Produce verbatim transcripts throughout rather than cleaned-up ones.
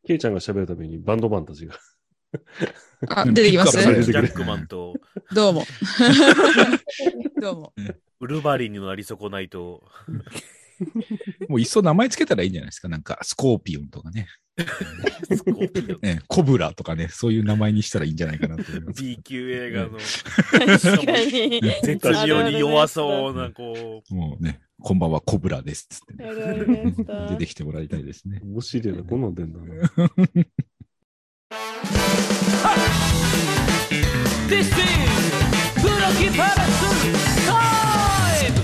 ケイちゃんが喋るためにバンドマンたちが。 あ、出てきますピックアップされてジくるャックマンとどうも。どうも。 ウルヴァリンになり損ないと。 もういっそ名前つけたらいいんじゃないですか。なんか、スコーピオンとかね。 スコーピオンねコブラとかね、そういう名前にしたらいいんじゃないかなと思います。 B 級映画の確かに。 絶妙に弱そうな、こう。 もうね、こんばんはコブラですっつってね、 あるあるのやつだ出てきてもらいたいですね。 面白いな、こんなん出んだな。 This is 黒木パラスタイム。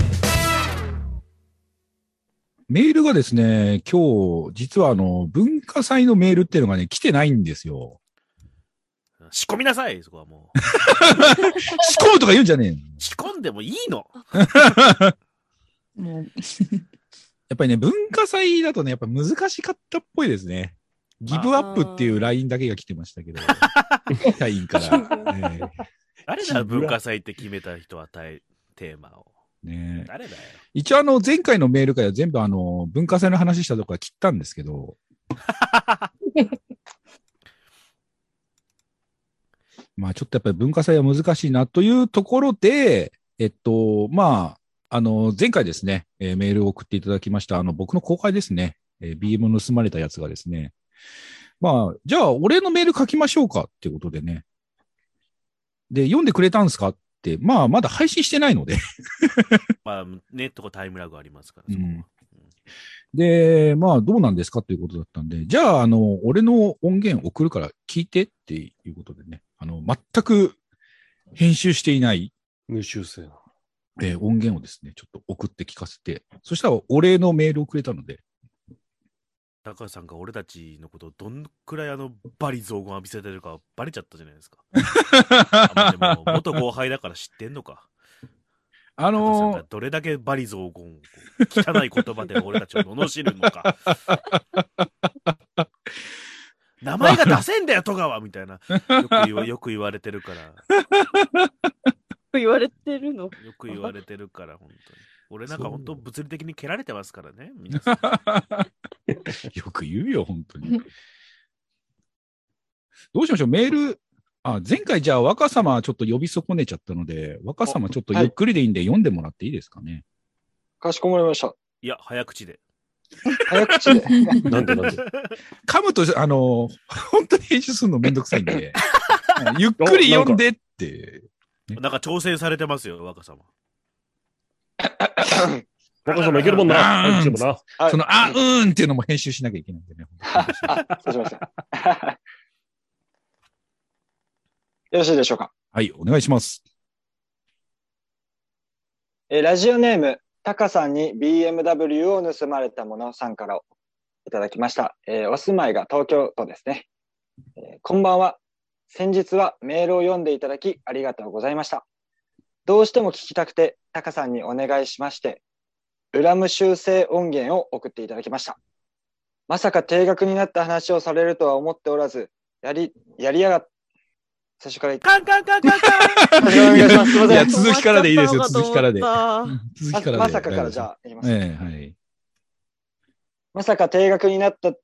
メールがですね、今日、実はあの、文化祭のメールっていうのがね、来てないんですよ。 仕込みなさい、そこはもう。 仕込むとか言うんじゃねえの。 仕込んでもいいの。 もう、 やっぱりね、文化祭だとね、やっぱ難しかったっぽいですね。ギブアップっていうラインだけが来てましたけど、社員から。えー誰だ、文化祭って決めた人はテーマを。 ね、 誰だよ。 一応あの、前回のメールから全部あの、文化祭の話したとこは切ったんですけど、まあちょっとやっぱり文化祭は難しいなというところで、えっと、まあ、あの、前回ですね、えーメールを送っていただきました、あの、僕の後輩ですね、えー、ビーエム 盗まれたやつがですね、まあ、じゃあ、俺のメール書きましょうかっていうことでね。で、読んでくれたんですかって、まあ、まだ配信してないので。 まあ、ネットがタイムラグありますから、そこは。 うんで、まあ、どうなんですかということだったんで、じゃあ、あの、俺の音源送るから聞いてっていうことでね、あの、全く編集していない無修正な。 えー音源をですね、ちょっと送って聞かせて、そしたらお礼のメールをくれたので、 高橋さんが俺たちのことをどんくらいあのバリ雑言浴びせてるかバレちゃったじゃないですか。あまあでも元後輩だから知ってんのか。 あ高橋さんのがどれだけバリ雑言をこう汚い言葉で俺たちを罵るのか。名前が出せんだよ戸川みたいなよく言わよく言われてるから言われてるの。 よく言われてるから本当に俺なんか本当物理的に蹴られてますからね皆さん。 よく言うよ、本当に。どうしましょう、メール、あ、前回じゃあ若様ちょっと呼び損ねちゃったので、若様ちょっとゆっくりでいいんで読んでもらっていいですかね。 かしこまりました。 いや早口で早口で。 なんでなんで。 噛むと、あの、本当に編集するのめんどくさいんで、ゆっくり読んでって。 なんか調整されてますよ若様。 若様いけるもんな。 あーはい、でもな。 はいその、あ、うーんっていうのも編集しなきゃいけないんでね。 あ、そうしました。よろしいでしょうか。 はい、お願いします。 えーラジオネーム、タカさんに ビーエムダブリュー を盗まれたものさんからいただきました。えーお住まいが東京都ですね、えーこんばんは。先日はメールを読んでいただきありがとうございました。どうしても聞きたくてタカさんにお願いしまして、恨む修正音源を送っていただきました。まさか定額になった話をされるとは思っておらず、やり、やりやがっ、最初から言って、 カンカンカンカンカンお願いします。すいまいや、 せん。 続きからでいいですよ、続きからで。 あ続きからで。 まさかからじゃあ、いきます。 ええはい。 まさか定額になった、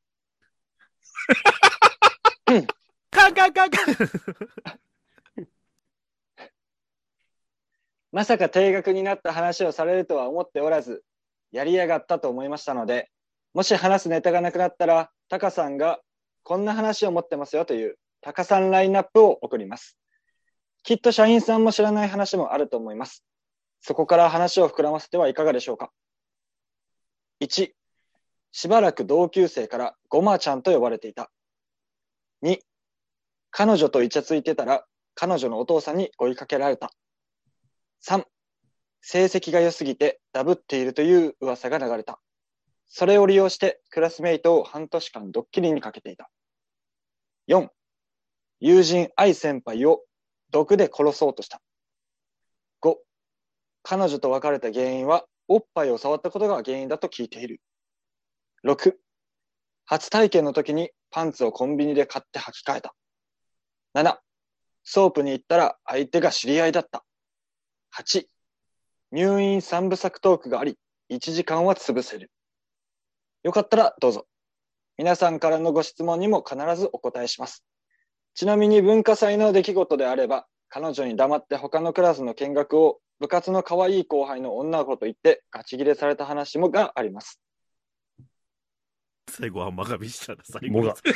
カンカンカンカンまさか定額になった話をされるとは思っておらず、やりやがったと思いましたので、もし話すネタがなくなったら、タカさんがこんな話を持ってますよというタカさんラインナップを送ります。きっと社員さんも知らない話もあると思います。そこから話を膨らませてはいかがでしょうか。いち、しばらく同級生からゴマちゃんと呼ばれていた。に、彼女とイチャついてたら彼女のお父さんに追いかけられた。さん、成績が良すぎてダブっているという噂が流れた。それを利用してクラスメイトを半年間ドッキリにかけていた。よん、友人愛先輩を毒で殺そうとした。ご、彼女と別れた原因はおっぱいを触ったことが原因だと聞いている。ろく、初体験の時にパンツをコンビニで買って履き替えた。なな、ソープに行ったら相手が知り合いだった。はち、入院三部作トークがあり、いちじかんは潰せる。よかったらどうぞ。 皆さんからのご質問にも必ずお答えします。ちなみに文化祭の出来事であれば、彼女に黙って他のクラスの見学を部活の可愛い後輩の女の子と言ってガチギレされた話もがあります。 最後はマガビしたら最後もが。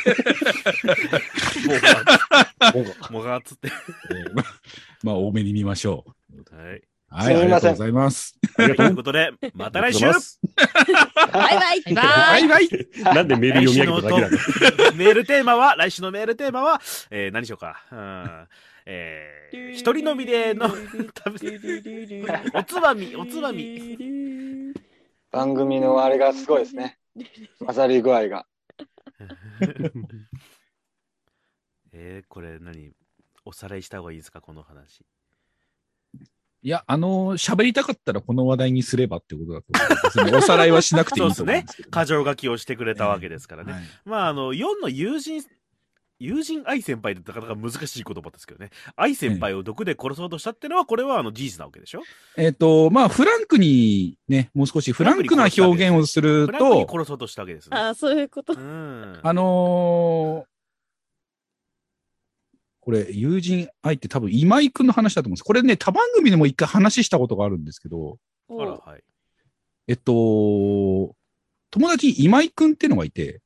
もが。もがっつって。 えーままあ、多めに見ましょう。 はい。 はい、 すみませんありがとうございます。 ありがとうということで、また来週。 バイバイバイバイバイ。 なんでメール読み上げただけなんだ。 メールテーマは、来週のメールテーマは、えー、何しようか。うんえー、一人飲みでの、食べおつまみ、おつまみ。 番組のあれがすごいですね。混ざり具合が。 えー、これ何おさらいした方がいいですか、この話。 いや、あのー、喋りたかったらこの話題にすればってことだと思う。別におさらいはしなくていいと思うんですけど、 過剰書きをしてくれたわけですからね。 はいまあ、あの、よんの友人、友人愛先輩ってなかなか難しい言葉ですけどね。愛先輩を毒で殺そうとしたってのは、これはあの事実なわけでしょ。 えっ、と、まあ、フランクにね、もう少しフランクな表現をするフランクにと、 殺そうとしたわけですね。 ああ、そういうこと。 うん。 あのーこれ、友人愛って多分今井くんの話だと思うんです。これね、他番組でも一回話したことがあるんですけど、 あら、はい。 えっと、友達に今井くんってのがいて、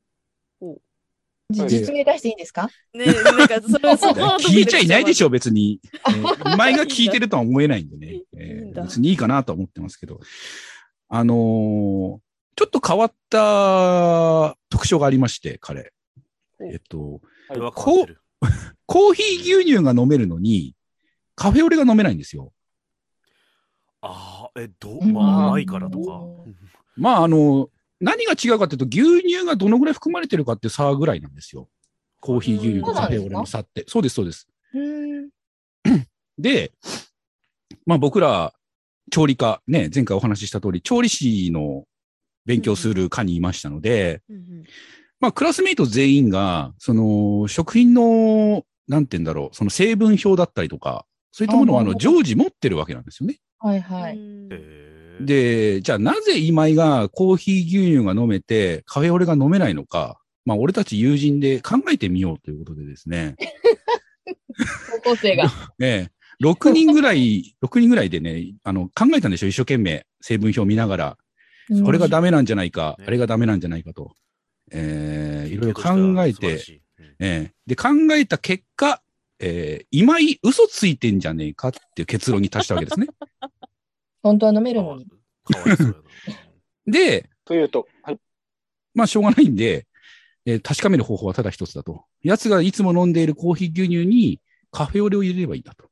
じ実名出していいんですか？ ねえ、なんか、それ、そこは聞いちゃいないでしょ。 ょ、別に。えー今井が聞いてるとは思えないんでね。えーいいんだ別にいいかなとは思ってますけど。あのーちょっと変わった特徴がありまして、彼。えっと、 これは変わってる。 コーヒー牛乳が飲めるのに、カフェオレが飲めないんですよ。 ああ、え、どう、 うんまあ、甘いからとか。 まあ、あの、何が違うかというと、牛乳がどのぐらい含まれてるかっていう差ぐらいなんですよ。コーヒー牛乳とカフェオレの差って。そうです、そうです。 うん。 で、まあ僕ら、調理科、ね、前回お話しした通り、調理師の勉強する科にいましたので、 うんうんまあクラスメイト全員が、その、食品の、なんて言うんだろう、その成分表だったりとか、そういったものをあの、 あー常時持ってるわけなんですよね。 はいはい。 うんへー、 で、じゃあなぜ今井がコーヒー牛乳が飲めて、カフェオレが飲めないのか、まあ俺たち友人で考えてみようということでですね、 高校生が。 ええ、ろくにんぐらい、ろくにんぐらいでね、あの、考えたんでしょ、一生懸命、成分表を見ながら、 うんこれがダメなんじゃないか、 ねあれがダメなんじゃないかと、ええ、いろいろ考えて、 素晴らしいうんええ、で、考えた結果、ええ、今井嘘ついてんじゃねえかっていう結論に達したわけですね。 本当は飲めるのに。 かわいそうやな。 で、 というと、はい。 まあ、しょうがないんで、えー確かめる方法はただ一つだと。奴がいつも飲んでいるコーヒー牛乳にカフェオレを入れればいいんだと。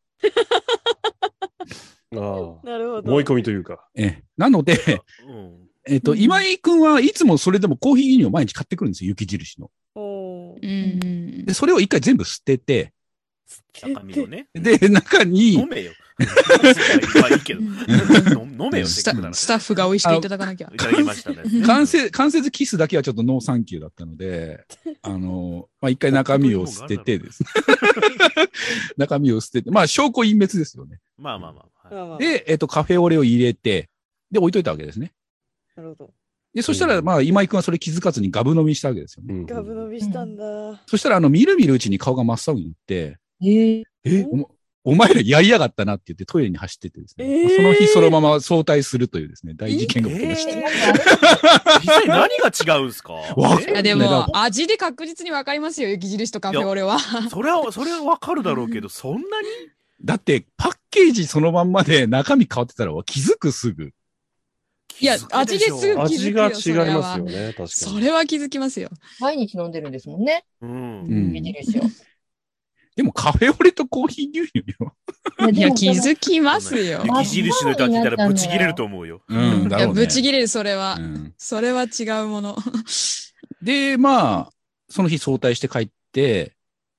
ああ。 なるほど。 思い込みというか。 えーなので、 うんえっと、 うん今井くんはいつもそれでもコーヒー牛乳を毎日買ってくるんですよ、雪印の。 おーうんうんで、それを一回全部捨てて、 中身をね。 で、中に飲、めよ。まあいいけど。 うん飲飲めよ、 スタせっかくなら。 スタッフが美味しくいただかなきゃい。ただきましたね。 関節、関節キスだけはちょっとノーサンキューだったので、あの、まあ、一回中身を捨ててですね。中身を捨てて、まあ、証拠隠滅ですよね。 まあまあまあ。はいまあまあ、 で、えっと、カフェオレを入れて、で、置いといたわけですね。 なるほど。 で、そしたら、まあ、今井くんはそれ気づかずにガブ飲みしたわけですよね。 うんガブ飲みしたんだ。 そしたら、あの、みるみるうちに顔が真っ青になって、 ええ。 え、おもお前らやりやがったなって言ってトイレに走ってってですね。 えーその日そのまま早退するというですね、大事件が起きました。 えなんかあれ実際何が違うんすかわえいやでねだも、味で確実にわかりますよ、雪印とカフェオレは。 それは、それはわかるだろうけど、そんなにだって、パッケージそのまんまで中身変わってたら気づくすぐ。 いや味ですぐ気づ味くよが違いますよね、確かに。 それは気づきますよ。 毎日飲んでるんですもんね。 うん。 うん雪印を。 でもカフェオレとコーヒー牛乳よ。 いや、気づきますよ。 雪印の人は聞いたらブチ切れると思うよ。 うん、 いや、 だろうね。 ぶち切れる、それはう。んそれは違うもの。 で、まあ、その日早退して帰って、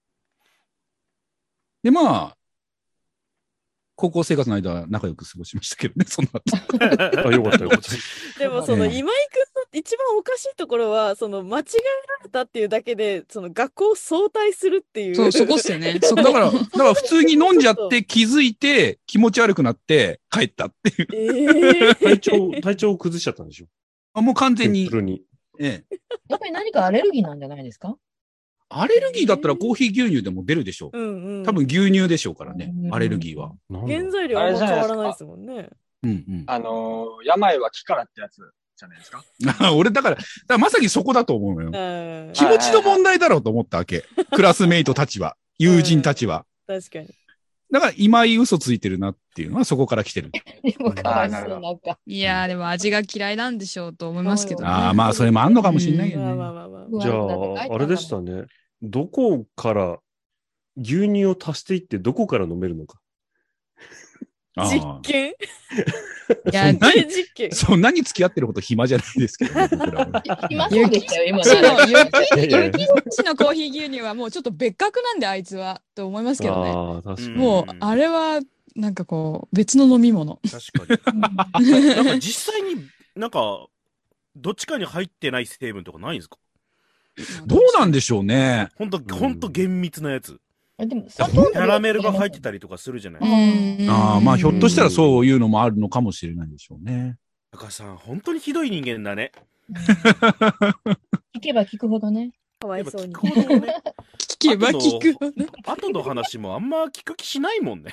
で、まあ、高校生活の間は仲良く過ごしましたけどね、その後。 あ、よかったよかった。 でもそのええ今井くんの一番おかしいところは、その間違えられたっていうだけで、その学校を早退するっていう。 そう、そこっすよね。そこ。 だから、だから普通に飲んじゃって気づいて気持ち悪くなって帰ったっていう。 ええ体調、体調を崩しちゃったんでしょ。 あもう完全にシンプ、ルに。 ええ。 やっぱり何かアレルギーなんじゃないですか？ アレルギーだったらコーヒー牛乳でも出るでしょう。 うんうん。 多分牛乳でしょうからねう、んアレルギーは。 なんだ原材料あんま変わらないですもんね。 うんうん。 あのー病は気からってやつじゃないですか。 俺だから、だからまさにそこだと思うのよ。 うん気持ちの問題だろうと思ったわけ。クラスメイトたちは、友人たちは。 確かに。 だから今井嘘ついてるなっていうのはそこから来てる。 でもかわいそう、 あーなるほどなんか。 いやー、でも味が嫌いなんでしょうと思いますけどね。 ああ、まあそれもあんのかもしれないよまあまあね。 まあまあ。 じゃあ、あれでしたね。どこから牛乳を足していってどこから飲めるのか。 実ああ験いや、 そんなに実験そんなに付き合ってること暇じゃないですけどね、僕らは。 暇そうでしたよ、今うちの、 の。 いやいやゆきうちのコーヒー牛乳はもうちょっと別格なんで、あいつは。と思いますけどね。 ああ、確かに。 もう、あれは、なんかこう、別の飲み物。 確かに。なんか実際になんか、どっちかに入ってない成分とかないんですか？ どうなんでしょうね。 ほんと、ほんと厳密なやつ。 あでも砂糖キャラメルが入ってたりとかするじゃないですか。 ああ、まあひょっとしたらそういうのもあるのかもしれないでしょうね。 高さん、本当にひどい人間だね。 聞けば聞くほどね。 かわいそうに。 やっぱ聞くほどね。 聞けば聞くほど。 後の話もあんま聞く気しないもんね。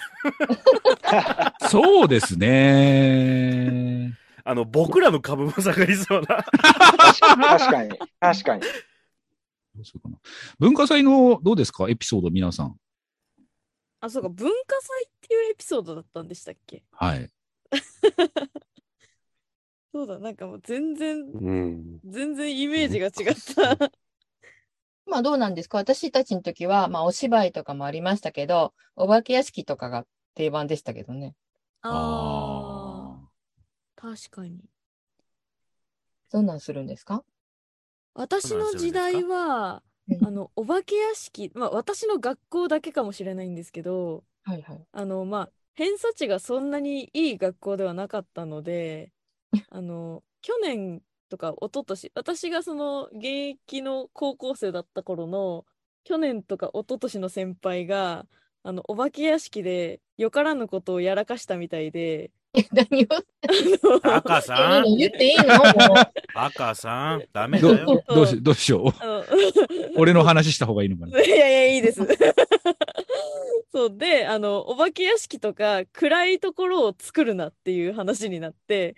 そうですね。 あの、僕らの株も下がりそうな。 確かに、確かに。 どうするかな。文化祭のどうですかエピソード皆さん。 あ、そうか、文化祭っていうエピソードだったんでしたっけ？ はい。 そうだ、なんかもう全然、 うん。 全然イメージが違った。 まあどうなんですか？私たちの時は、まあお芝居とかもありましたけど、お化け屋敷とかが定番でしたけどね。 ああ、確かに。 どんなんするんですか？ 私の時代は、 うんあの、お化け屋敷、まあ私の学校だけかもしれないんですけど、 はいはい。 あの、まあ、偏差値がそんなにいい学校ではなかったので、あの、去年とか一昨年、私がその現役の高校生だった頃の、去年とか一昨年の先輩が、あの、お化け屋敷でよからぬことをやらかしたみたいで、 え、何をあの赤さん、 言っていいの？もう赤さん、ダメだどよ。 どうしどうしよう。 あの俺の話した方がいいのかな。 いやいや、いいです。そうで、あの、お化け屋敷とか暗いところを作るなっていう話になって、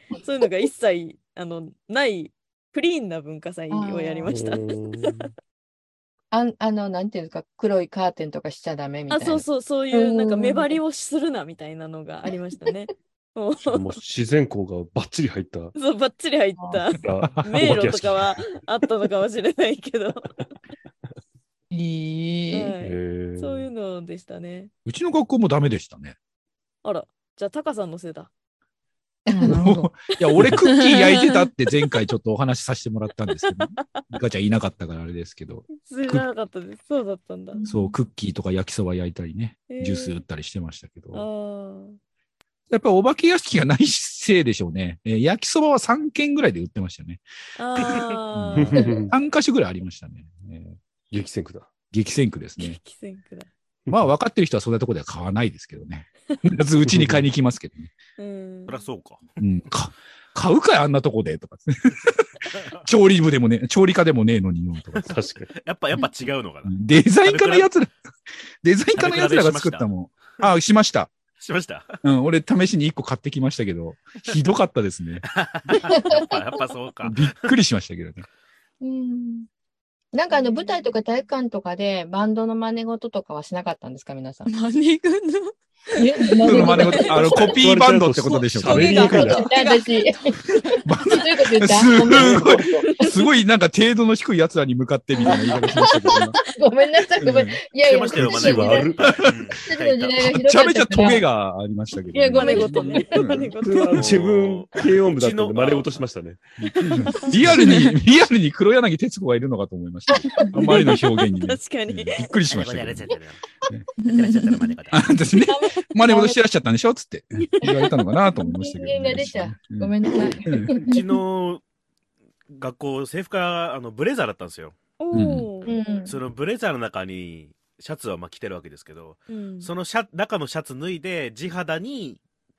そういうのが一切、あの、ないクリーンな文化祭をやりました。 あんあの、なんていうんですか、黒いカーテンとかしちゃダメみたいあ、 な。 そうそう、そういうなんか目張りをするなみたいなのがありましたね。もう、 もう自然光がバッチリ入った。 そう、ばっちり入った迷路とかはあったのかもしれないけど、 えーはい、 へそういうのでしたね。 うちの学校もダメでしたね。 あら、じゃあ、タカさんのせいだ。 あなるほど。 いや、俺クッキー焼いてたって前回ちょっとお話しさせてもらったんですけど、リカちゃんいなかったからあれですけど、 知らなかったです。そうだったんだ。 そう、クッキーとか焼きそば焼いたりね、 へージュース売ったりしてましたけど、 あやっぱりお化け屋敷がないせいでしょうね。えー焼きそばはさんけんぐらいで売ってましたよね。 あ。ああ。 ーさんかしょぐらいありましたね。えー激戦区だ。 激戦区ですね。 激戦区だ。 まあ分かってる人はそんなとこでは買わないですけどね。必ずうちに買いに来ますけどね。 うんそりゃそうか。 うん、か買うかいあんなとこでとか。調理部でもね、調理家でもねえのによとか。 確かに。 やっぱ、やっぱ違うのかな。 デザイン科のやつら、デザイン科のやつらが作ったもん。あ、しました。 しました。 うん、俺試しにいっこ買ってきましたけど、ひどかったですね。 やっぱ、やっぱそうか。 びっくりしましたけどね。 うんなんかあの舞台とか体育館とかでバンドの真似事とかはしなかったんですか皆さん。 マネグの。 えその真似事あの、コピーバンドってことでしょうかね。 喋りにくいな。 私、 バンドそういうこと言った。 すごめんごい、すごいなんか程度の低い奴らに向かってみたいな言い方しましたけど、 ごめんなさい、ごめん。いやいや、 してましたよ、 ちょっマネと時代うん悪いちょっと時代がめ広かちゃめちゃったからトゲがありましたけど、 いやごめん真似事ね。 うん真似事。 自分、軽音部だったんうちので真似事しましたね。 リアルに、リアルに黒柳徹子がいるのかと思いました。あまりの表現にね。 確かに。 びっくりしましたけどやられちゃったよ。やられちゃったら真似方あ私ね、真似事してらっしゃったんでしょつって言われたのかなと思いましたけど、 人間が出ちゃう。 んごめんなさい。 うちの学校、制服があのブレザーだったんですよ。 おうー。 ん。 そのブレザーの中にシャツはまあ着てるわけですけど、 うんそのシャ中のシャツ脱いで地肌に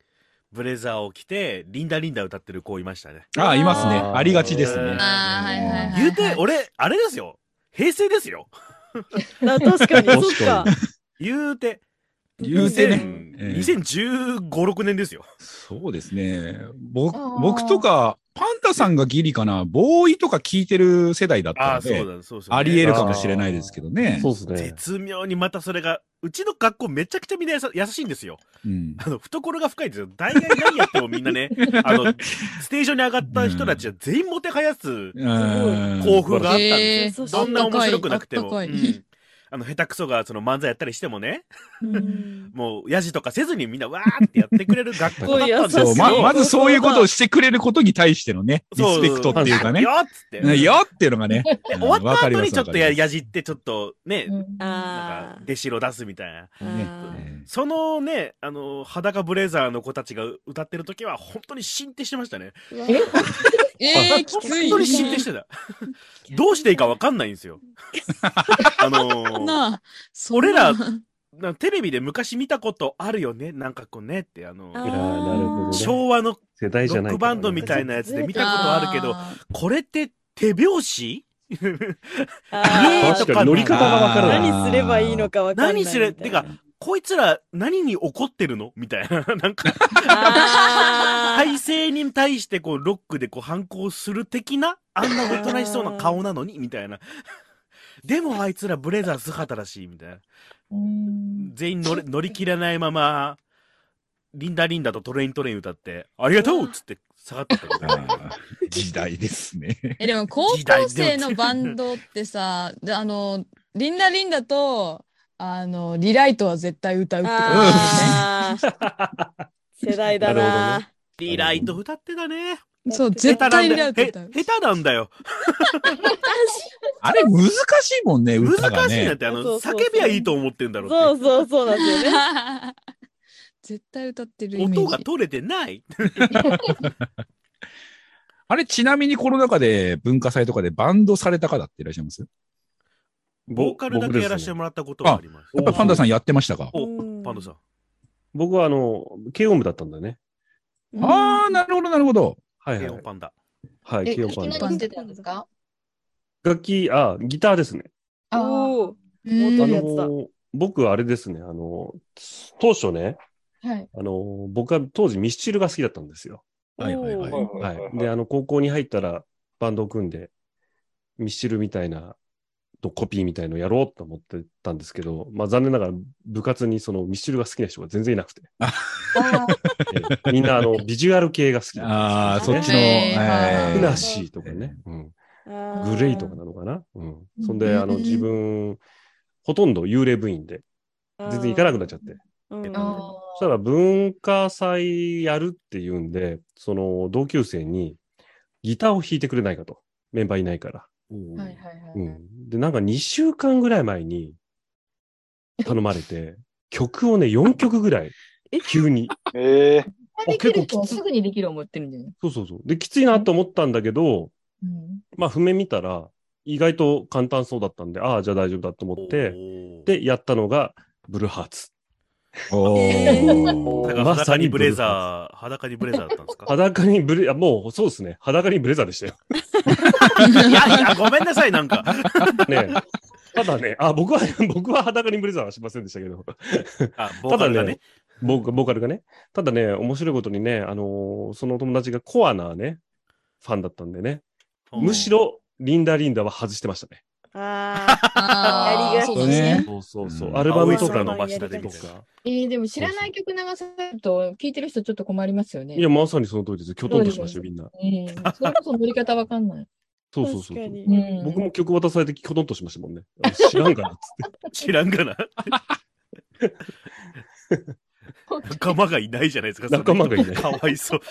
ブレザーを着て、リンダリンダ歌ってる子いましたね。 ああ、いますね。 あーありがちですね。 ああ、はいはいはい。 言うて、俺、あれですよ。平成ですよ。 あ確かに、そっか。 言うて。 言うてね。 ね。 ええにせんじゅうご、ろくねんですよ。 そうですね。ぼあー僕とか、パンダさんがギリかな、ボーイとか聞いてる世代だったああ、そうので、 だ、そうそう、 あり得るかもしれないですけどね。 そうですね。 絶妙にまたそれが、うちの学校めちゃくちゃみんなやさ優しいんですよ。 うん。 あの、懐が深いんですよ。大概何やってもみんなね、あの、ステージ上に上がった人たちは全員もてはやすうん興奮があったんへですよ。 ーどんな面白くなくても。 あったかいうんあの、下手くそがその漫才やったりしてもね、 うんもう、ヤジとかせずにみんなわーってやってくれる学校だったんですよ。 そう、ま、まずそういうことをしてくれることに対してのね、リそうスペクトっていうかね。 よっつって。 ねよっていうのがね。 終わった後にちょっとやややじってちょっとね、 うんなんあか、出しろ出すみたいな。 あ。 ねあーそのね、あの、裸ブレザーの子たちが歌ってる時は本当に進呈してましたね。 ええー、きつい。 本当に進呈してた。どうしていいかわかんないんですよ。あのーなあ、そん俺なら、なテレビで昔見たことあるよね、なんかこうねって、あの、 あーいやーなるほどね昭和の世代じゃないからねロックバンドみたいなやつで見たことあるけど、 あーこれって手拍子あー確かに乗り方がわからない。 何すればいいのかわかんないみたいな。 何すれ、てか、こいつら何に怒ってるのみたいな。なんか、 あー体制に対してこう、ロックでこう反抗する的な、あんなおとなしそうな顔なのにみたいな。でもあいつらブレザー姿だし、みたいな。 うん全員乗り乗り切らないまま、リンダリンダとトレイントレイン歌って、ありがとうっつって下がってったけど。 あー時代ですね。 え、でも高校生のバンドってさ、であの、リンダリンダと、あの、リライトは絶対歌うってことですよね。 あー世代だなるほどな。 ねリライト歌ってたね。 そう、 下手絶対リライトへ歌う。 下手なんだよ。 あれ難しいもんね、歌がね。 難しいなって、あの、 そうそうそう叫びゃいいと思ってんだろそううそうそうなんですよね。 絶対歌ってるって。 イメージ。 音が取れてない。 あれ、ちなみにコロナ禍で文化祭とかでバンドされた方っていらっしゃいます？ ボーカルだけやらせてもらったことがあります。 やっぱパンダさんやってましたか？ おうん、 パンダさん。 僕はあの、軽音部だったんだね。 ああ、なるほど、なるほど。 はいはいケオン。パンダ。 はい、 え、 軽音バンド。 弾き何してたんですか？ 楽器、あ、ギターですね。 あおお。 うんあの元やつだー、僕あれですね、あの、当初ね、 あ、はい。 あの、僕は当時ミスチルが好きだったんですよ。 はいはいはい。 はい。で、あの、高校に入ったらバンドを組んで、ミスチルみたいな、とコピーみたいのやろうと思ってたんですけど、まあ残念ながら部活にそのミスチルが好きな人が全然いなくて、 あええみんなあの、ビジュアル系が好きだああ、 ったんですよね。 そっちの、 えーえふなしーとかね、うん。グレイとかなのかな、うん。そんで、あの、自分、ほとんど幽霊部員で、全然行かなくなっちゃって。 うんあそしたら文化祭やるっていうんで、その同級生にギターを弾いてくれないかと。メンバーいないから。 ーはいはいはい。 うん。で、なんかにしゅうかんぐらい前に頼まれて、曲をね、よんきょくぐらい、急に。 ええできる人はすぐにできる思ってるんじゃない？ そうそうそう。で、きついなと思ったんだけど、 うんまあ、譜面見たら、意外と簡単そうだったんで、ああ、じゃあ大丈夫だと思って、で、やったのが、ブルーハーツ。 おえー。 だからまさ裸にブレにブレザザー、裸にブレザーだったんですか？ 裸にブレ、あ、もうそうですね。裸にブレザーでしたよ。 いやいや、ごめんなさい、なんか。 ねただね、あ、僕は、僕は裸にブレザーはしませんでしたけど。 あ、ボーカルがね。 ボーボーカルがね。ただね、面白いことにね、あのーその友達がコアなね、ファンだったんでね。 うんむしろ、リンダリンダは外してましたね。 ああーやりがちそうですね。 そうそうそう。 うんアルバムとかの青い空の真下でとみたいなか。 えー、でも知らない曲流されると、聴いてる人ちょっと困りますよね。 いや、まさにその通りですよ。きょとんとしましたよ、みんな。 うん、それこそ乗り方わかんない。 そうそうそうそう。 確かにうん、 僕も曲渡されてきょとんとしましたもんね。あ知らんかなっつって。 知らんかな。仲間がいないじゃないですか。 仲間がいないかわいそう。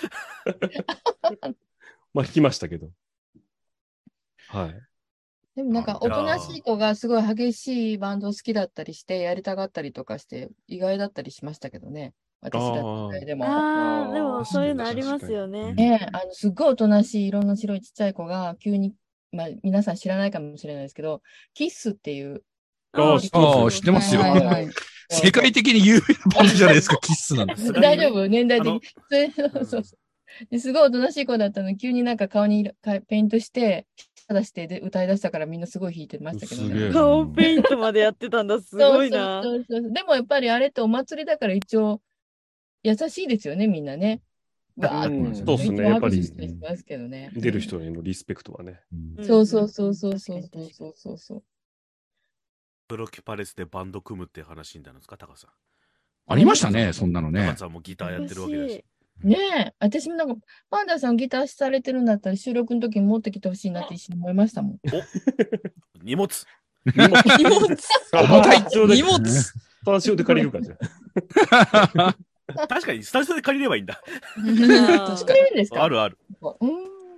まあ、弾きましたけど。はい。 でもなんか、おとなしい子がすごい激しいバンド好きだったりして、やりたがったりとかして、意外だったりしましたけどね。私だったでも。 あー、でもそういうのありますよね。 ね、あの、すっごいおとなしい色の白いちっちゃい子が、急に、まあ、皆さん知らないかもしれないですけど、キッスっていう、 あー知ってますよああ、知ってますよ。 はいはいはい世界的に有名なバンドじゃないですか、キッスなんて。 大丈夫年代的あのに。それそうそうそうですごいおとなしい子だったのに、急になんか顔に色かペイントして、出してで歌い出したからみんなすごい弾いてましたけどね。 すげえな。 顔ペイントまでやってたんだ。すごいな。 そうそうそうそうでもやっぱりあれってお祭りだから一応優しいですよね、みんなね。わーってそうっすねやっぱり一応拍手したりしますけどね。 出る人へのリスペクトはね。 うんそうそうそうそうそうそうそうそうそう。 ブロキパレスでバンド組むっていう話になるんですか、タカさん。 ありましたね、そんなのねタカ。さんもギターやってるわけだし。 ねえ、私もなんか、パンダさんギターされてるんだったら収録の時に持ってきてほしいなって一緒に思いましたもん。 荷物。 荷物。 重たい荷物。 スタジオで借りるかじゃあ。 確かにスタジオで借りればいいんだ。 確かに。 作れるんですかあるある。 うん。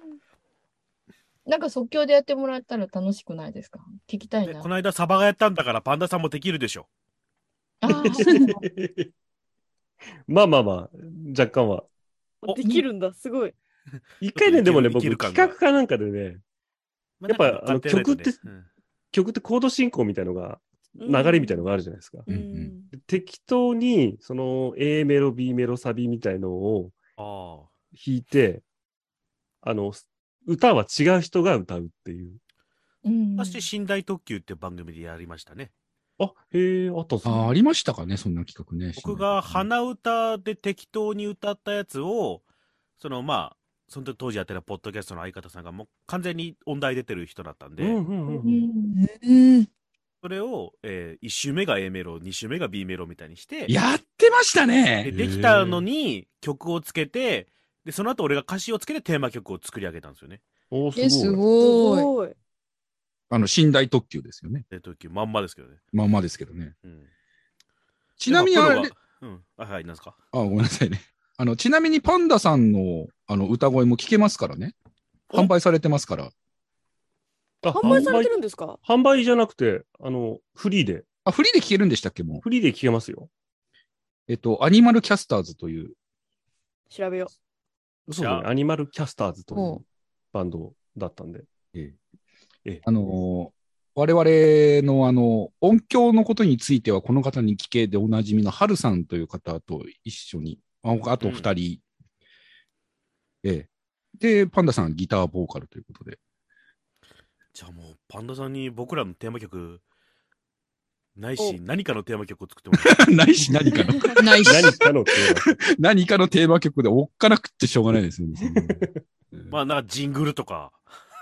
なんか即興でやってもらったら楽しくないですか聞きたいな。 でこの間サバがやったんだからパンダさんもできるでしょ。 あーまあまあまあ、若干は。 おできるんだ。すごい。 一回ね、でもね、 いけ僕、 る感が企画かなんかでね、やっぱあの曲って曲ってコード進行みたいのが、流れみたいのがあるじゃないですか。 ううんん。 で適当に、その A メロ、B メロ、サビみたいのをあ弾いて、あの、歌は違う人が歌うっていう。 うんあ。そして寝台特急って番組でやりましたね。 あ、へえ、あったっすね。 あありましたかね、そんな企画ね。 僕が鼻歌で適当に歌ったやつを、そのまあ、その時当時やってたポッドキャストの相方さんがもう完全に音大出てる人だったんで、 うんうんうんううん。 んそれを、えー、いち周目が A メロ、に周目が B メロみたいにして、 やってましたでね。 できたのに曲をつけて、で、その後俺が歌詞をつけてテーマ曲を作り上げたんですよね。 おーえ、すすごい。 すごい。 ごい。 あの、寝台特急ですよね。 で、時まんまですけどね。 まあまあですけどね。 うん、 ちなみにあれでまプロ、がうん。あ、はい、なんですか。 あ、ごめんなさいね。あの、ちなみにパンダさんのあの歌声も聞けますからね。販売されてますから。 あ販売されてるんですか？ 販売じゃなくて、あの、フリーで、 あ、フリーで聞けるんでしたっけ、もう。 フリーで聞けますよ。 えっと、アニマルキャスターズという。 調べよそうですね。アニマルキャスターズといほうバンドだったんで。 えええあのー我々のあの音響のことについては、この方に聞けでおなじみのハルさんという方と一緒に、ああとふたり、ええ、で、パンダさんギターボーカルということで。 じゃあもう、パンダさんに僕らのテーマ曲、ないし、何かのテーマ曲を作ってもらう。 ないし何かの、 う。ないし。 何かのテーマ何かのテーマ曲でおっかなくってしょうがないですよね。 まあ、なんかジングルとか。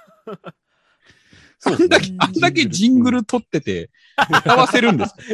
あんだけ、あんだけジングル撮ってて、歌わせるんですか？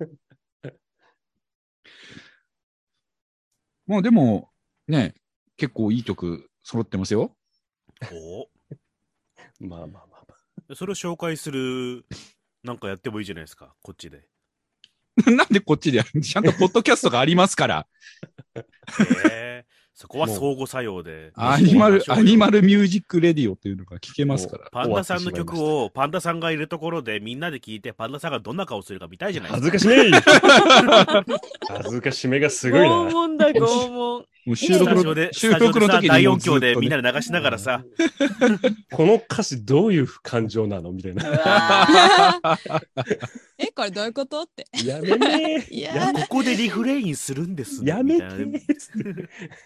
まあでも、ね、結構いい曲揃ってますよ。 おまあまあまあまあ。 それを紹介する、なんかやってもいいじゃないですか、こっちで。 なんでこっちでやるちゃんとポッドキャストがありますから。 えー、そこは相互作用で。 アニマル、アニマル。 ルミュージックレディオっていうのが聞けますから。 パンダさんの曲をパンダさんがいるところでみんなで聞いてパンダさんがどんな顔するか見たいじゃないですか。 恥ずかしめ恥ずかしめがすごい拷な。 問だ、拷問。 もう収録のスタジオで、 収録の時に大音もうずっとね響でみんなで流しながらさ、 この歌詞どういう感情なのみたいうな。 わえ、これどういうことって。 やめねいやいや、ここでリフレインするんですー。やめてみたいなー。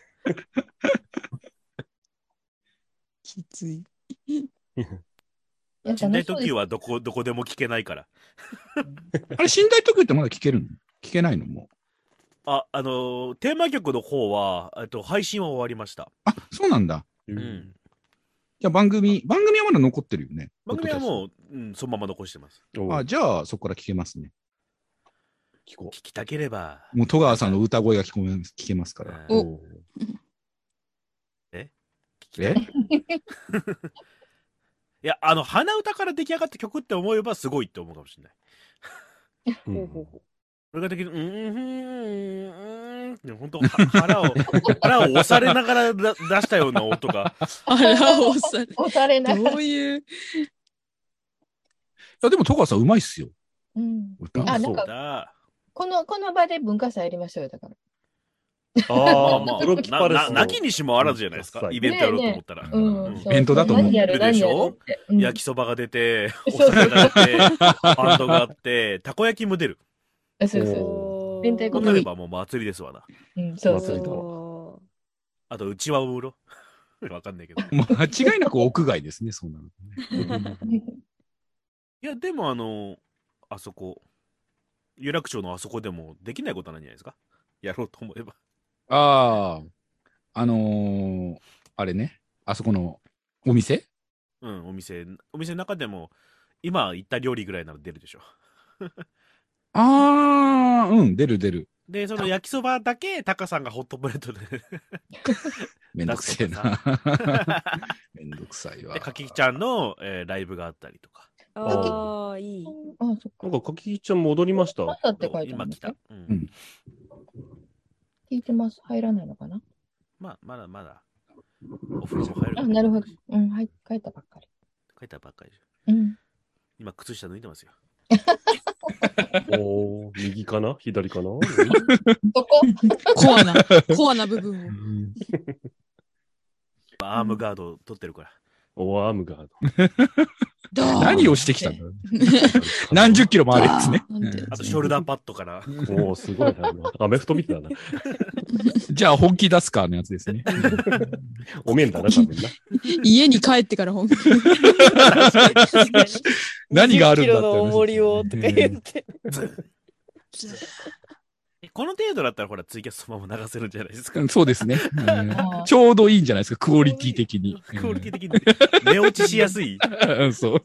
きつい。 や寝台特急ははどこ、どこでも聞けないから。 あれ、寝台特急ってまだ聞けるの？聞けないのもう。 あ、あのーテーマ曲の方は、えっと、配信は終わりました。 あ、そうなんだ。 ううんん。 じゃあ番組、番組はまだ残ってるよね。 番組はポッドもう、うん、そのまま残してます。 おうキャストあ、じゃあそこから聞けますね。 聞こ聞きたければ。 もう戸川さんの歌声が聞こえ聞けますから。 うんう。 おおう聞きえいや、あの、鼻歌から出来上がった曲って思えばすごいって思うかもしれない。 うんほうほうほそれができる、うーん、うーん、うーんって、本当腹を、腹を押されながらだ出したような音が。 あら、おされ。 押されない。 どういう。 いや、でも戸川さんうまいっすよ。 うん歌。 あ、なんか、 だこの、この場で文化祭やりましょうよ、だから。 ああ、 まあプロキパレスなななきにしもあらずじゃないですか。イベントやろうと思ったら。 ううんん。 イベントだと思う何やる、何やるって。うん焼きそばが出て、おそうそう酒が出て、バンドがあって、たこ焼きも出る。 そうそう。 お明太子こうなればもう祭りですわな。 うん、そうそう。 祭りだわおあと、うちわを売ろう。わかんないけど。 間違いなく屋外ですね、そうなのね。 いや、でもあの、あそこ、有楽町のあそこでもできないことはないんじゃないですか。やろうと思えば。 ああ、あのー、あれね、あそこのお店うん、お店、お店の中でも、今言った料理ぐらいなら出るでしょ。 ああ、うん、出る出る。 で、その焼きそばだけ、タカさんがホットプレートで。 めんどくせえな出すと。 めんどくさいわ。 で、かきちゃんの、えーライブがあったりとか。 ああ、いい。 あ、そっか。 なんか、かきちゃん戻りました。 朝って書いてあ今来た。 るんですね。 うんうん聞いてます。入らないのかな。 まあ、まだまだ、お風呂も入る。 あ、なるほど。うん、はい、帰ったばっかり。 書いたばっかりでしょ。 うん。 今、靴下脱いでますよ。 おー、右かな左かなどこコアな、コアな部分を。 アームガードを取ってるから。 おアームガードーン何をしてきたんだろう何十キロもあるやつね。 なんてあと、ショルダーパッドから。 ド。おー、すごいな。アメフトみたいだな。 じゃあ本気出すかのやつですね。 お面だな、多分な。 家に帰ってから本気。 何があるんだって話にじゅっキロの重りをとか言って。 えこの程度だったら、ほら、ツイキャスそのまま流せるんじゃないですか。 うんそうですね、うんあーちょうどいいんじゃないですか、クオリティ的に。 クオリティ的に寝落ちしやすい。 うんそう。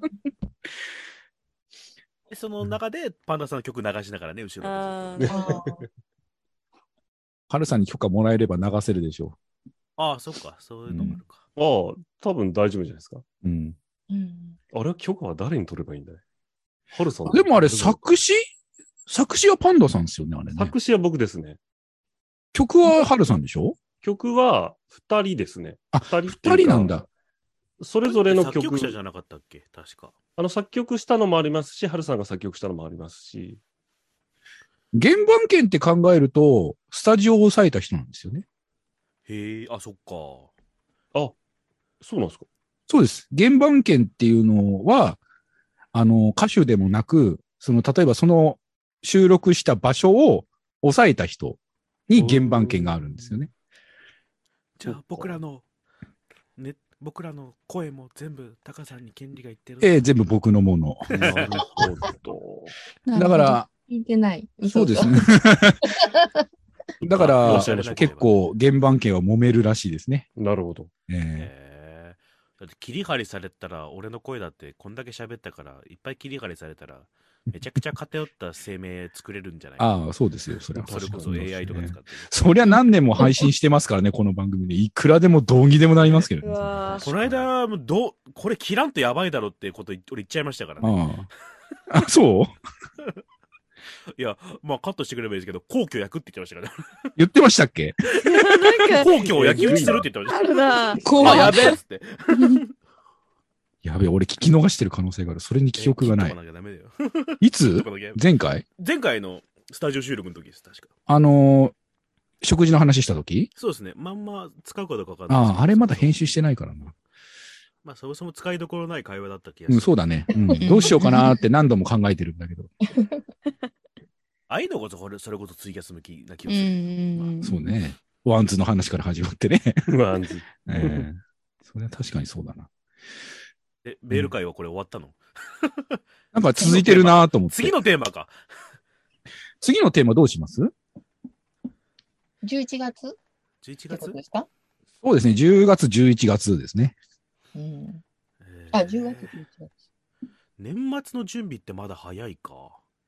でその中で、パンダさんの曲流しながらね、後ろで。 ああーハルさんに許可もらえれば流せるでしょああ、そっか、そういうのもあるか。 ああ、多分大丈夫じゃないですか。 う。うん、 うん。 あれは許可は誰に取ればいいんだいハルさん。 でもあれ、作詞作詞はパンダさんですよね、あれね。 作詞は僕ですね。 曲はハルさんでしょ曲は二人ですね。 あ二人っていうか二人なんだ。 それぞれの作曲。 曲者じゃなかったっけ確か。 あの、作曲したのもありますし、ハルさんが作曲したのもありますし。 原版権って考えると、スタジオを抑えた人なんですよね。 へえ、あ、そっか。 あ、そうなんですか。 そうです。原版権っていうのは、あの、歌手でもなく、その、例えばその収録した場所を抑えた人に原版権があるんですよね。 じゃあ、僕らの、ね、僕らの声も全部、タカさんに権利がいってる。 ええ全部僕のもの。 なるほど。 だから、 聞いてない。 そうですね。だかあらおっしゃいましょう、 結構原版権は揉めるらしいですね。 なるほど。 ええへえ。だって、切り張りされたら、俺の声だって、こんだけ喋ったから、いっぱい切り張りされたら、めちゃくちゃ偏った声明作れるんじゃないか。 ああ、そうですよ。それは。 それこそ エーアイ とか使って。 そりゃ何年も配信してますからね、この番組で。いくらでも道義でもなりますけどうね。 わーこの間、もうどう、これ切らんとやばいだろってこと言俺言っちゃいましたからね。 ああ。あ、そういや、まあカットしてくればいいですけど、皇居焼くって言ってましたからね。 言ってましたっけなんか、 皇居を焼き討ちするって言ってまあしるな。 た。あ、 怖い。 やべえっつって。 やべえ、俺聞き逃してる可能性がある。それに記憶がないえ切っとか。なきゃダメだよ。 い切っつとかなきゃ前回前回のスタジオ収録の時です、確か。 あのー食事の話した時そうですね。まんま使うかどうかわかんないですけど。 ああ、あれまだ編集してないからな。 まあ、そもそも使いどころない会話だった気がする。 うん、そうだね。うん。どうしようかなーって何度も考えてるんだけど。 ああいうのこそ、これそれこそツイキャス向きな気うがする。 ん。 そうね。ワンズの話から始まってね。 ワンズ。 ええそれは確かにそうだな。 え、メール会はこれ終わったの、 なんか続いてるなーと思って。 次のテーマか。 次のテーマどうしますじゅういちがつっじゅういちてことがつですか？ そうですね。じゅうがつ、じゅういちがつですね。 うん。 えーあ、じゅうがつ、じゅういちがつ。 年末の準備ってまだ早いか。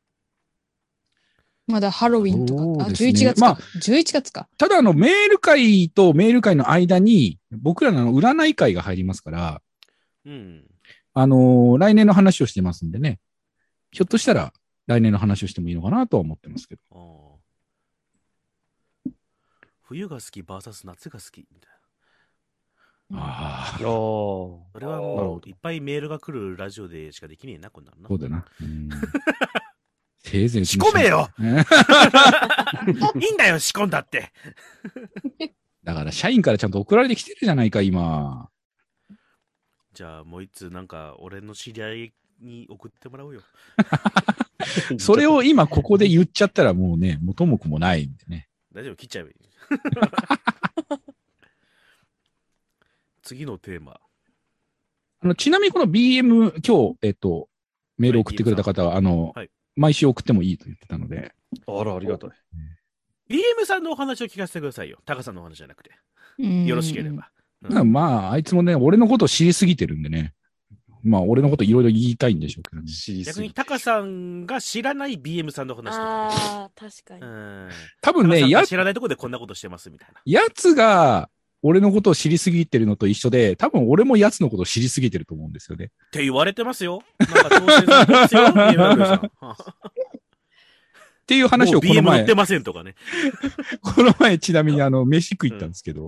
まだハロウィンとか。あ、 そうですねじゅういちがつまか。じゅういちがつか。 ただ、あの、メール会とメール会の間に、僕らのあの占い会が入りますから、 うん。 あのー来年の話をしてますんでね。ひょっとしたら、来年の話をしてもいいのかなとは思ってますけど。 あー冬が好き ブイエス 夏が好きみたいな。 ああ、 ああ。 それはなるもほういっぱいメールが来るラジオでしかできねえな、こんなのなそう。だな。うんせいぜい。 仕込めようんいいんだよ、仕込んだって。 だから、社員からちゃんと送られてきてるじゃないか、今。 じゃあもう一通なんか俺の知り合いに送ってもらおうよ。 それを今ここで言っちゃったらもうね、元も子もないんでね。 大丈夫、切っちゃえばいい。次のテーマ。 あのちなみにこの ビーエム、今日、えっと、メール送ってくれた方は、あの、 はい毎週送ってもいいと言ってたので。 あら、ありがたい。 ビーエム さんのお話を聞かせてくださいよ。タカさんのお話じゃなくて。よろしければ。 まあ、まあ、あいつもね、俺のことを知りすぎてるんでね。まあ、俺のこといろいろ言いたいんでしょうけどね。 逆にタカさんが知らない ビーエム さんの話とか。 ああ、確かに。 うん。 多分ね、やタカさんが知らないところでこんなことしてますみたいな。 やつが、俺のことを知りすぎてるのと一緒で、多分俺もやつのことを知りすぎてると思うんですよね。 って言われてますよ。なんか挑戦されてますよ、ビーエム さん。 っていう話をこのビーエム 乗前っ、てませんとかね。 この前ちなみにあの、飯食い行ったんですけど、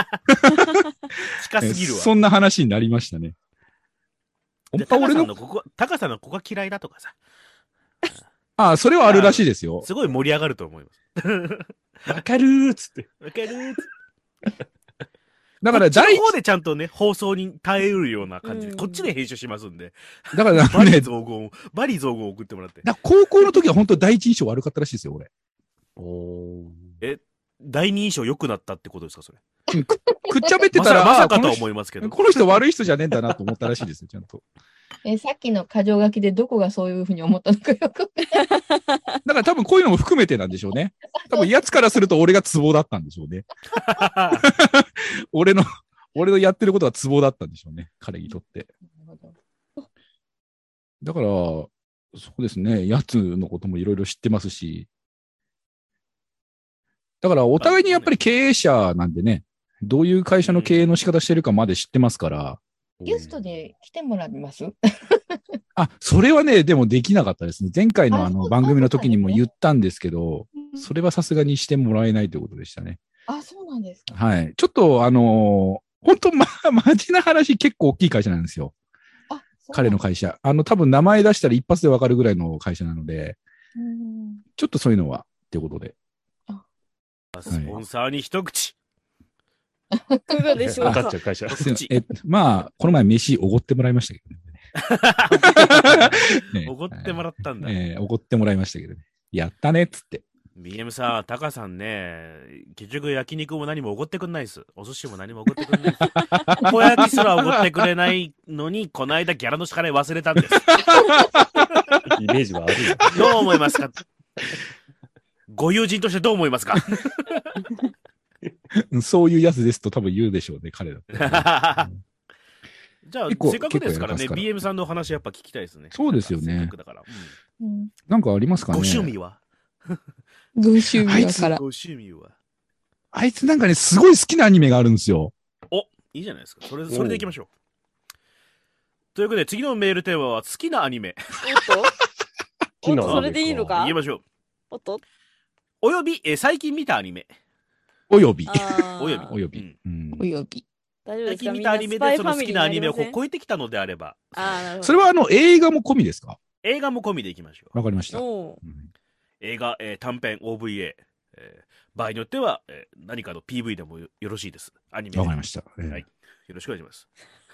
近すぎるわ。 そんな話になりましたね。 でタカさんのここ、タカさんのここが嫌いだとかさ。 ああ、それはあるらしいですよ。 すごい盛り上がると思います。 わかるーっつって。 わかるーっつって。 だから第第一方でちゃんとね、放送に耐えうるような感じで、こっちで編集しますんで。 だからバリね、 造語を、バリ造語を送ってもらって。 だ高校の時は本当第一印象悪かったらしいですよ、俺。 おえ、第二印象良くなったってことですか、それ。 くくっちゃべってたら、 まさまさかとはあこの人思いますけど。 この人悪い人じゃねえんだなと思ったらしいですよ、ちゃんと。 え、さっきの箇条書きでどこがそういうふうに思ったのかよく。 だから多分こういうのも含めてなんでしょうね。多分やつからすると俺がツボだったんでしょうね。俺の、俺のやってることはツボだったんでしょうね。彼にとって。だから、そうですね。やつのこともいろいろ知ってますし。だからお互いにやっぱり経営者なんでね、どういう会社の経営の仕方してるかまで知ってますから。 ゲストで来てもらいますあ、それはね、でもできなかったですね。前回のああそうの番組の時にも言ったんですけど、 うんそれはさすがにしてもらえないということでしたね。 あ、そうなんですか。 はい。ちょっとあのー本当ま、マジな話結構大きい会社なんですよ。 あ、そう彼の会社。あの、多分名前出したら一発でわかるぐらいの会社なので、 うんちょっとそういうのは、っていうことで。 スポンサーに一口。 いかがでしょうか分かっちゃ。う会社。 すいませんえ、まあ、この前飯おごってもらいましたけどね。ねおごってもらったんだ。 えーおごってもらいましたけどね。やったねっつって。 ビーエム さん、タカさんね、結局焼肉も何もおごってくんないです。お寿司も何もおごってくんないです。たこ焼きすらおごってくれないのに、この間ギャラの支払い忘れたんです。 イメージはあるよ。 どう思いますかご友人としてどう思いますかそういうやつですと多分言うでしょうね、彼だって。 じゃあ、 結構せっかくですからね、 結構やらかすからビーエム さんのお話やっぱ聞きたいですね。 そうですよねせっかくだから。 うんなんかありますかね。 ご趣味はご趣味だから。 ご趣味はあいつなんかね、すごい好きなアニメがあるんですよ。 お、いいじゃないですか。それ、それでいきましょう。ということで、次のメールテーマは好きなアニメ。 おっとおっと、それでいいのか言いましょう。 おっとおよび、えー最近見たアニメ。 および。 あーおよび。 および。 うんうんおよび。 大丈夫ですか最近見たアニメで、その好きなアニメをこう超えてきたのであれば、 あー、なるほど。 それはあの、映画も込みですか？ 映画も込みでいきましょう。 わかりました。 おーうん映画、えー短編 オーブイエー、えー場合によっては、えー何かの ピーブイ でもよよろしいです。アニメで。 わかりました。ええはい。よろしくお願いします。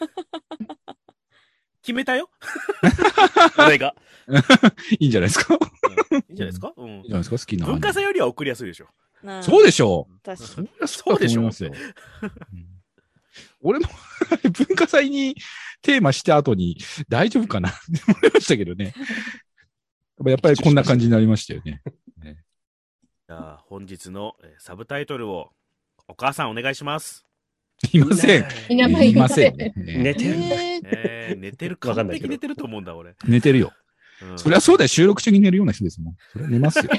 決めたよ俺が、 いいんじゃないですか？ うんいいんじゃないですか、うんいいんじゃないですか？好きなアニメ。 文化祭よりは送りやすいでしょ。 なあそうでしょう。 確かに。 そりゃそうだと思いますよ。 そううん俺も文化祭にテーマした後に大丈夫かなって思いましたけどね。やっぱりこんな感じになりましたよね。 じゃあ、本日の、えーサブタイトルを、お母さんお願いします。 いません。 みんな前いません。 寝ねてる。 えーえー、寝てる、 わかんないけど完璧寝てると思うんだ、俺。 寝てるよ。 うんそりゃそうだよ。収録中に寝るような人ですもん。それは寝ますよ。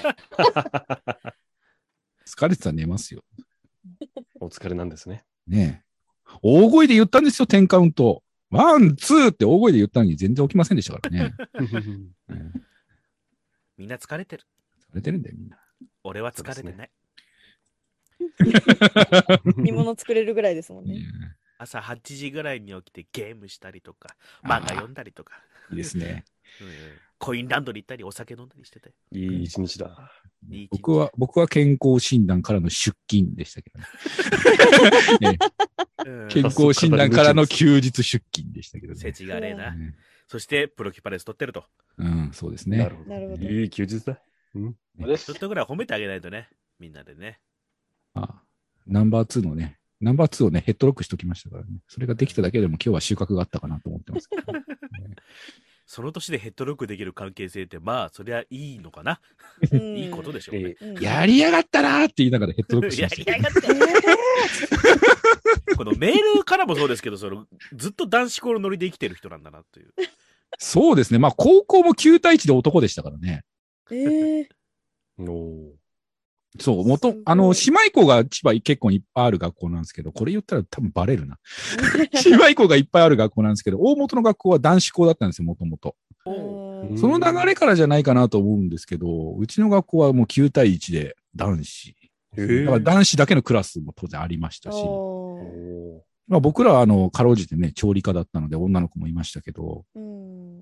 疲れてたら寝ますよ。 お疲れなんですね。 ねえ。大声で言ったんですよ、テンカウント。ワン、ツーって大声で言ったのに全然起きませんでしたからね。うんみんな疲れてる。 疲れてるんだよ、みんな。 俺は疲れてない。 煮物作れるぐらいですもんね。 朝はちじぐらいに起きてゲームしたりとか、漫画読んだりとか、 いいですね。 うんうんコインランドリー行ったり、お酒飲んだりしてて。 いい一日だ。 いい一日僕は、僕は健康診断からの出勤でしたけどね。ねうん健康診断からの休日出勤でしたけどね。 世知がねえな。 ねそしてプロキパレス取ってると。 うん、そうですね。 なるほど。 なるほど。 いい休日だ。うん。 ですちょっとぐらい褒めてあげないとね、みんなでね。 あナンバーツーのね、ナンバーツーをね、ヘッドロックしときましたからね。それができただけでも今日は収穫があったかなと思ってますけど、ね。 その年でヘッドロックできる関係性って、まあ、そりゃいいのかな。 うんいいことでしょうね。 うんやりやがったなーって言いながらヘッドロックしやましたりやがって。このメールからもそうですけど、そのずっと男子校のノリで生きてる人なんだなという。 そうですね。まあ、高校もきゅう対いちで男でしたからね。 えー、 おーそう、元すごい、 あの、姉妹校が千葉結構いっぱいある学校なんですけど、これ言ったら多分バレるな。姉妹校がいっぱいある学校なんですけど、大元の学校は男子校だったんですよ、もともと。 うんその流れからじゃないかなと思うんですけど、うちの学校はもうきゅう対いちで男子。 へーだから男子だけのクラスも当然ありましたし、 おーおーまあ、僕らはあの、かろうじてね、調理科だったので女の子もいましたけど、 うん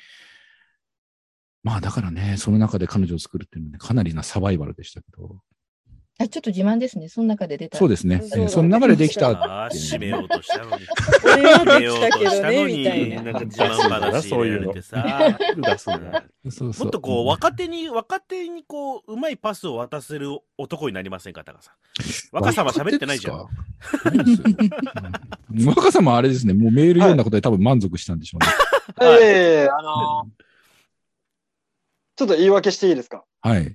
まあだからね、その中で彼女を作るっていうのはね、かなりなサバイバルでしたけど、 あ、ちょっと自慢ですね。その中で出た。 そうですね。 そうだえーその流れできたああ、締めようとしたのに。 俺は締めようできたけとしたのどね、みたいに、 な。 なんか自慢話入れられてさ。 出すんだ。 そうそうもっとこう、若手に、若手にこう、うまいパスを渡せる男になりませんか、タカさん。若さは喋ってないじゃん。 ないですようん若さもあれですね、もうメール読んだことで多分満足したんでしょうね。 いやいやいや、あのーちょっと言い訳していいですか？ はい。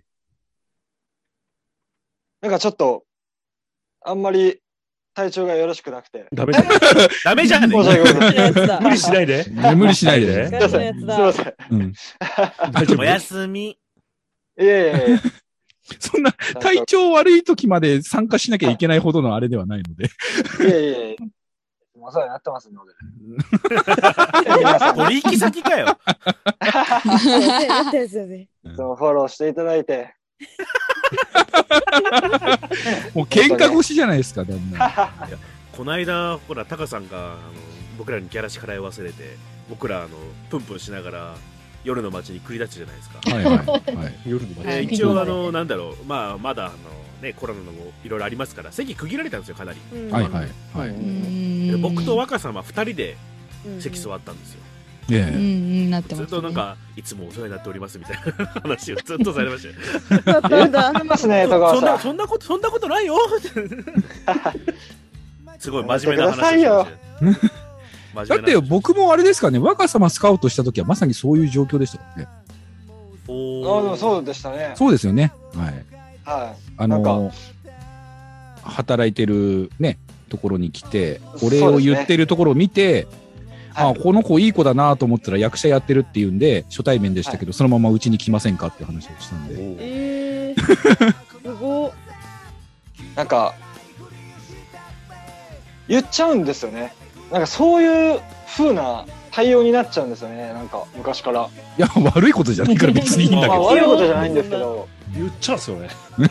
なんかちょっと、あんまり体調がよろしくなくて。 ダメじゃん。 ダメじゃんね申し訳ございません。 やつだ。 無理しないで。 無理しないで。 ガチのやつすいだ。 ません。 うん。 大丈夫。 おやすみ。 いやいやいや。 そんな体調悪い時まで参加しなきゃいけないほどのあれではないので。 いやいやいや。お世話になってますので。皆さん、 取引先かよ。 やったやつだね。 いつもフォローしていただいて。 もう喧嘩腰じゃないですか、だんだん。 この間、ほら、タカさんが、あの、僕らにギャラ支払い忘れて、僕ら、あの、プンプンしながら、夜の街に繰り立つじゃないですか。 はいはいはい。 夜のではい一応、あの、なんだろう、まあ、まだ、あの、ね、コロナのもいろいろありますから、席区切られたんですよ、かなり。 うんはいはいはい。 うでん僕と若様ふたりでうん席座ったんですよ。 えうんうん、なってずます、ね。 っとなんか、いつもお世話になっておりますみたいな話をずっとされましたよ。 だったんだ。 いますね、戸川そんな、 さん。 そんなこと、そんなことないよすごい真面目な話をやめてくださいよしてましたよ。真だって面目な話を僕もあれですかね、若様スカウトした時はまさにそういう状況でしたからね。 おーあでもそうでしたね。 そうですよね。はい。 はあなんの、働いてるね、ところに来て、 そうお礼を言ってるところを見て、あ、 はいこの子いい子だなと思ったら役者やってるっていうんで、初対面でしたけど、そのままうちに来ませんかっていう話をしたんで。 えー、すごっ。 い。なんか、言っちゃうんですよね。なんかそういう風な対応になっちゃうんですよね。なんか昔から。 いや、悪いことじゃないから別にいいんだけまあど。 悪いことじゃないんですけど。 言っちゃうんすよね。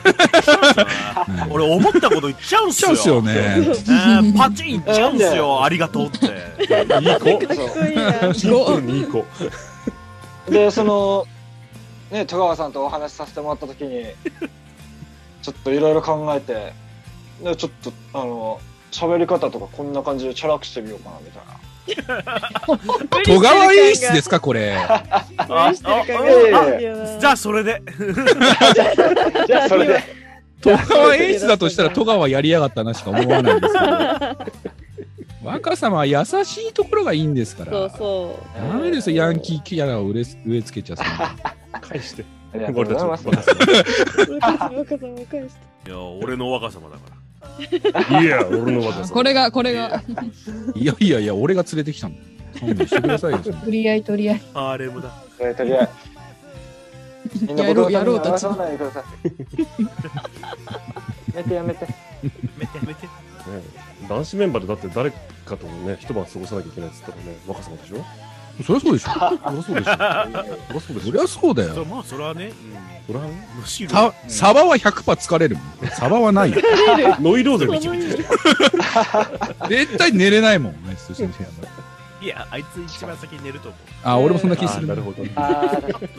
俺思ったこと言っちゃうんすよ。 そうっすよね。 えーパチン言っちゃうんすよ。ありがとうって。 いい子。 かっこいいな。 シンプルにいい子。 で、その、ね、戸川さんとお話しさせてもらったときに、ちょっといろいろ考えて、でちょっと、あの、喋り方とかこんな感じでチャラくしてみようかな、みたいな。 戸川演出ですか、これ。 無理してる感あがあいいよな。 じゃあそれで。 じゃあ、それで。 戸川演出だとしたら戸川やりやがったなしか思わないんですけど。若様は優しいところがいいんですから。 そうそダメですよ、ヤンキーキャラを植え植え付けちゃった。 返して。 ありがとうございます。 う。若さ若さも返して。 いや、俺の若様だから。 いや、俺の若さ。 これが、これが。 いやいやいや、俺が連れてきたの。勘弁してくださいよ。それ取り合い取り合い。 ハーレムだ。 それとりあえず。みんな僕のために争わないでください。やめてやめて。 やめてやめて。 ね男子メンバーでだって誰かとね、一晩過ごさなきゃいけないっつったらね、若様でしょ。 そりゃそうでしょ。そりゃそうでしょ。 そりゃそうでしょ。 そりゃそうだよ。 そうまあ、それはね。 そりゃうんむしろ。 ササバはひゃくパーセント疲れるもん。サバはないよ。 ノイローゼみちみちしてる。 絶対寝れないもん。ね、寿司の部屋のいや、あいつ一番先に寝ると思う。 あ、俺もそんな気するなあーなる。ほど。 あーちょっと寝ると思う。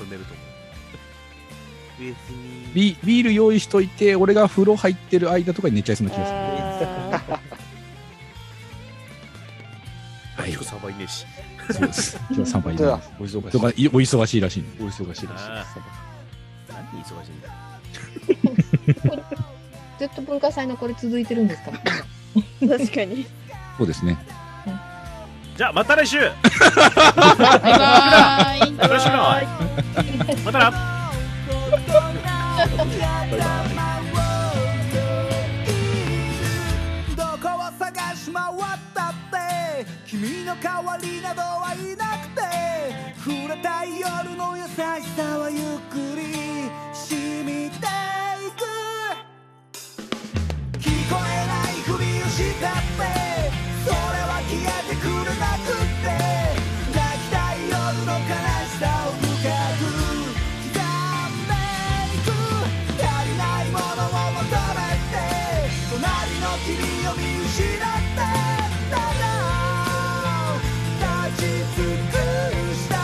別に。 ビビール用意しといて、俺が風呂入ってる間とかに寝ちゃいそうな気がする。 あはい。 気をつサバいねえし。 そうです。今日はさんばい本当だお忙しい。 とかいお忙しいらしいんで。 お忙しいらしいです。 あ何忙しいんだよ。 ずっと文化祭のこれ続いてるんですか？ 確かに。 そうですね。 じゃあまた来週。 バイバーイ。 よろしくな。またな。 どこを探し回ったって君の代わりなどはいなくて、触れたい夜の優しさはゆっくり染みていく。聞こえないふりをしたってそれは消えてくれなくって、泣きたい夜の悲しさを深く刻んでいく。足りないものを求めて隣の君を見失ってただ立ち尽くした。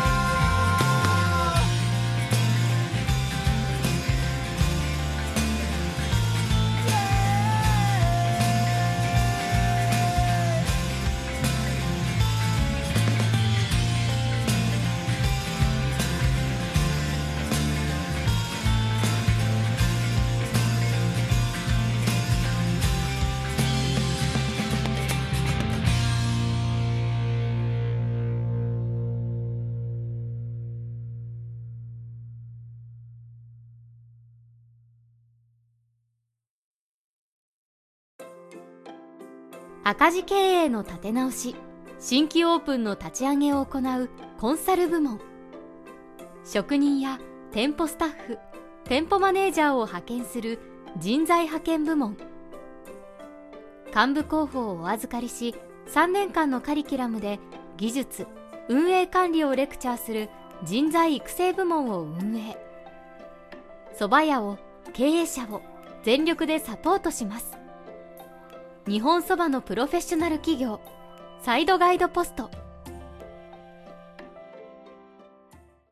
赤字経営の立て直し、新規オープンの立ち上げを行うコンサル部門。職人や店舗スタッフ、店舗マネージャーを派遣する人材派遣部門。幹部候補をお預かりし、さんねんかんのカリキュラムで技術、運営管理をレクチャーする人材育成部門を運営。蕎麦屋を、経営者を全力でサポートします。日本そばのプロフェッショナル企業、サイドガイドポスト。